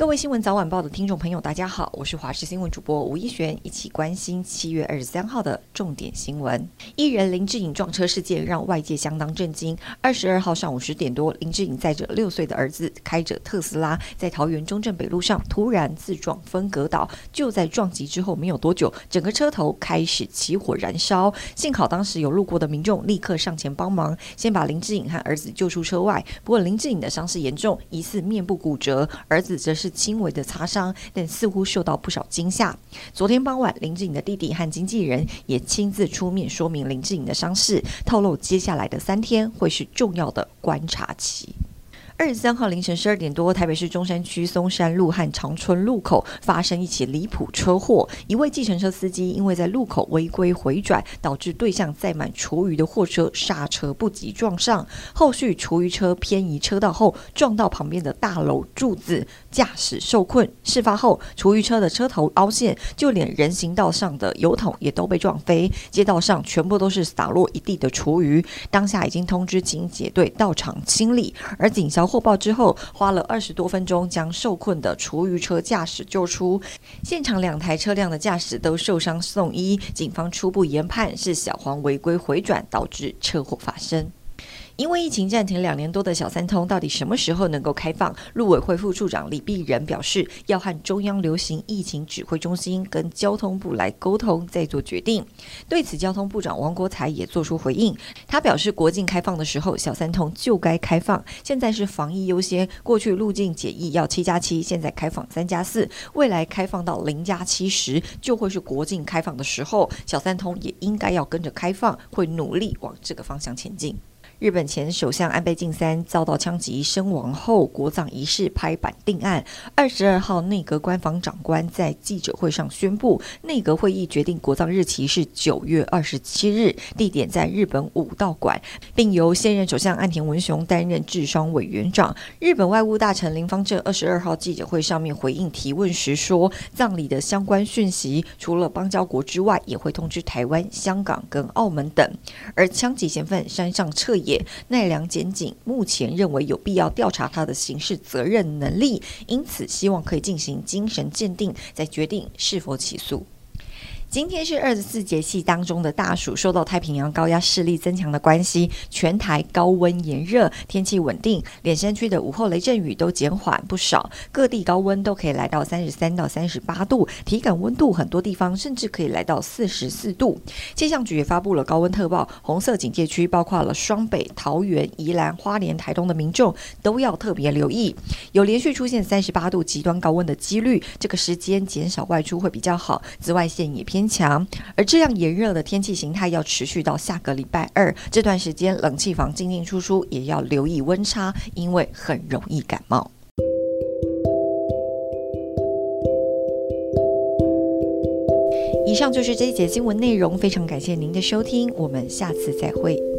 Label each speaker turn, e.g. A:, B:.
A: 各位新闻早晚报的听众朋友大家好，我是华视新闻主播吴一璇，一起关心7月23号的重点新闻。艺人林志颖撞车事件让外界相当震惊。22号上午10点多，林志颖载着6岁的儿子开着特斯拉在桃园中正北路上突然自撞分隔岛，就在撞击之后没有多久，整个车头开始起火燃烧，幸好当时有路过的民众立刻上前帮忙，先把林志颖和儿子救出车外。不过林志颖的伤势严重，疑似面部骨折，儿子则是轻微的擦伤，但似乎受到不少惊吓。昨天傍晚，林志颖的弟弟和经纪人也亲自出面说明林志颖的伤势，透露接下来的3天会是重要的观察期。23号凌晨12点多，台北市中山区松山路和长春路口发生一起离谱车祸，一位计程车司机因为在路口违规回转，导致对向载满厨余的货车刹车不及撞上，后续厨余车偏移车道后撞到旁边的大楼柱子，驾驶受困。事发后，厨余车的车头凹陷，就连人行道上的油桶也都被撞飞，街道上全部都是洒落一地的厨余。当下已经通知清洁队到场清理，而警消获报之后，花了20多分钟将受困的厨余车驾驶救出。现场2台车辆的驾驶都受伤送医，警方初步研判是小黄违规回转导致车祸发生。因为疫情暂停2年多的小三通到底什么时候能够开放？陆委会副处长李碧仁表示，要和中央流行疫情指挥中心跟交通部来沟通，再做决定。对此，交通部长王国材也做出回应，他表示，国境开放的时候，小三通就该开放，现在是防疫优先。过去入境检疫要7+7，现在开放3+4，未来开放到0+7时，就会是国境开放的时候，小三通也应该要跟着开放，会努力往这个方向前进。日本前首相安倍晋三遭到枪击身亡后，国葬仪式拍板定案。22号，内阁官房长官在记者会上宣布，内阁会议决定国葬日期是9月27日，地点在日本武道馆，并由现任首相岸田文雄担任治丧委员长。日本外务大臣林芳正22号记者会上面回应提问时说，葬礼的相关讯息除了邦交国之外，也会通知台湾、香港跟澳门等。而枪击嫌犯山上彻也，奈良检警目前认为有必要调查他的刑事责任能力，因此希望可以进行精神鉴定，再决定是否起诉。今天是24节气当中的大暑，受到太平洋高压势力增强的关系，全台高温炎热，天气稳定，连山区的午后雷阵雨都减缓不少，各地高温都可以来到33到38度，体感温度很多地方甚至可以来到44度。气象局也发布了高温特报，红色警戒区包括了双北、桃园、宜兰、花莲、台东的民众都要特别留意，有连续出现38度极端高温的几率，这个时间减少外出会比较好，紫外线也偏强，而这样炎热的天气形态要持续到下个礼拜2，这段时间冷气房进进出出也要留意温差，因为很容易感冒。以上就是这一节新闻内容，非常感谢您的收听，我们下次再会。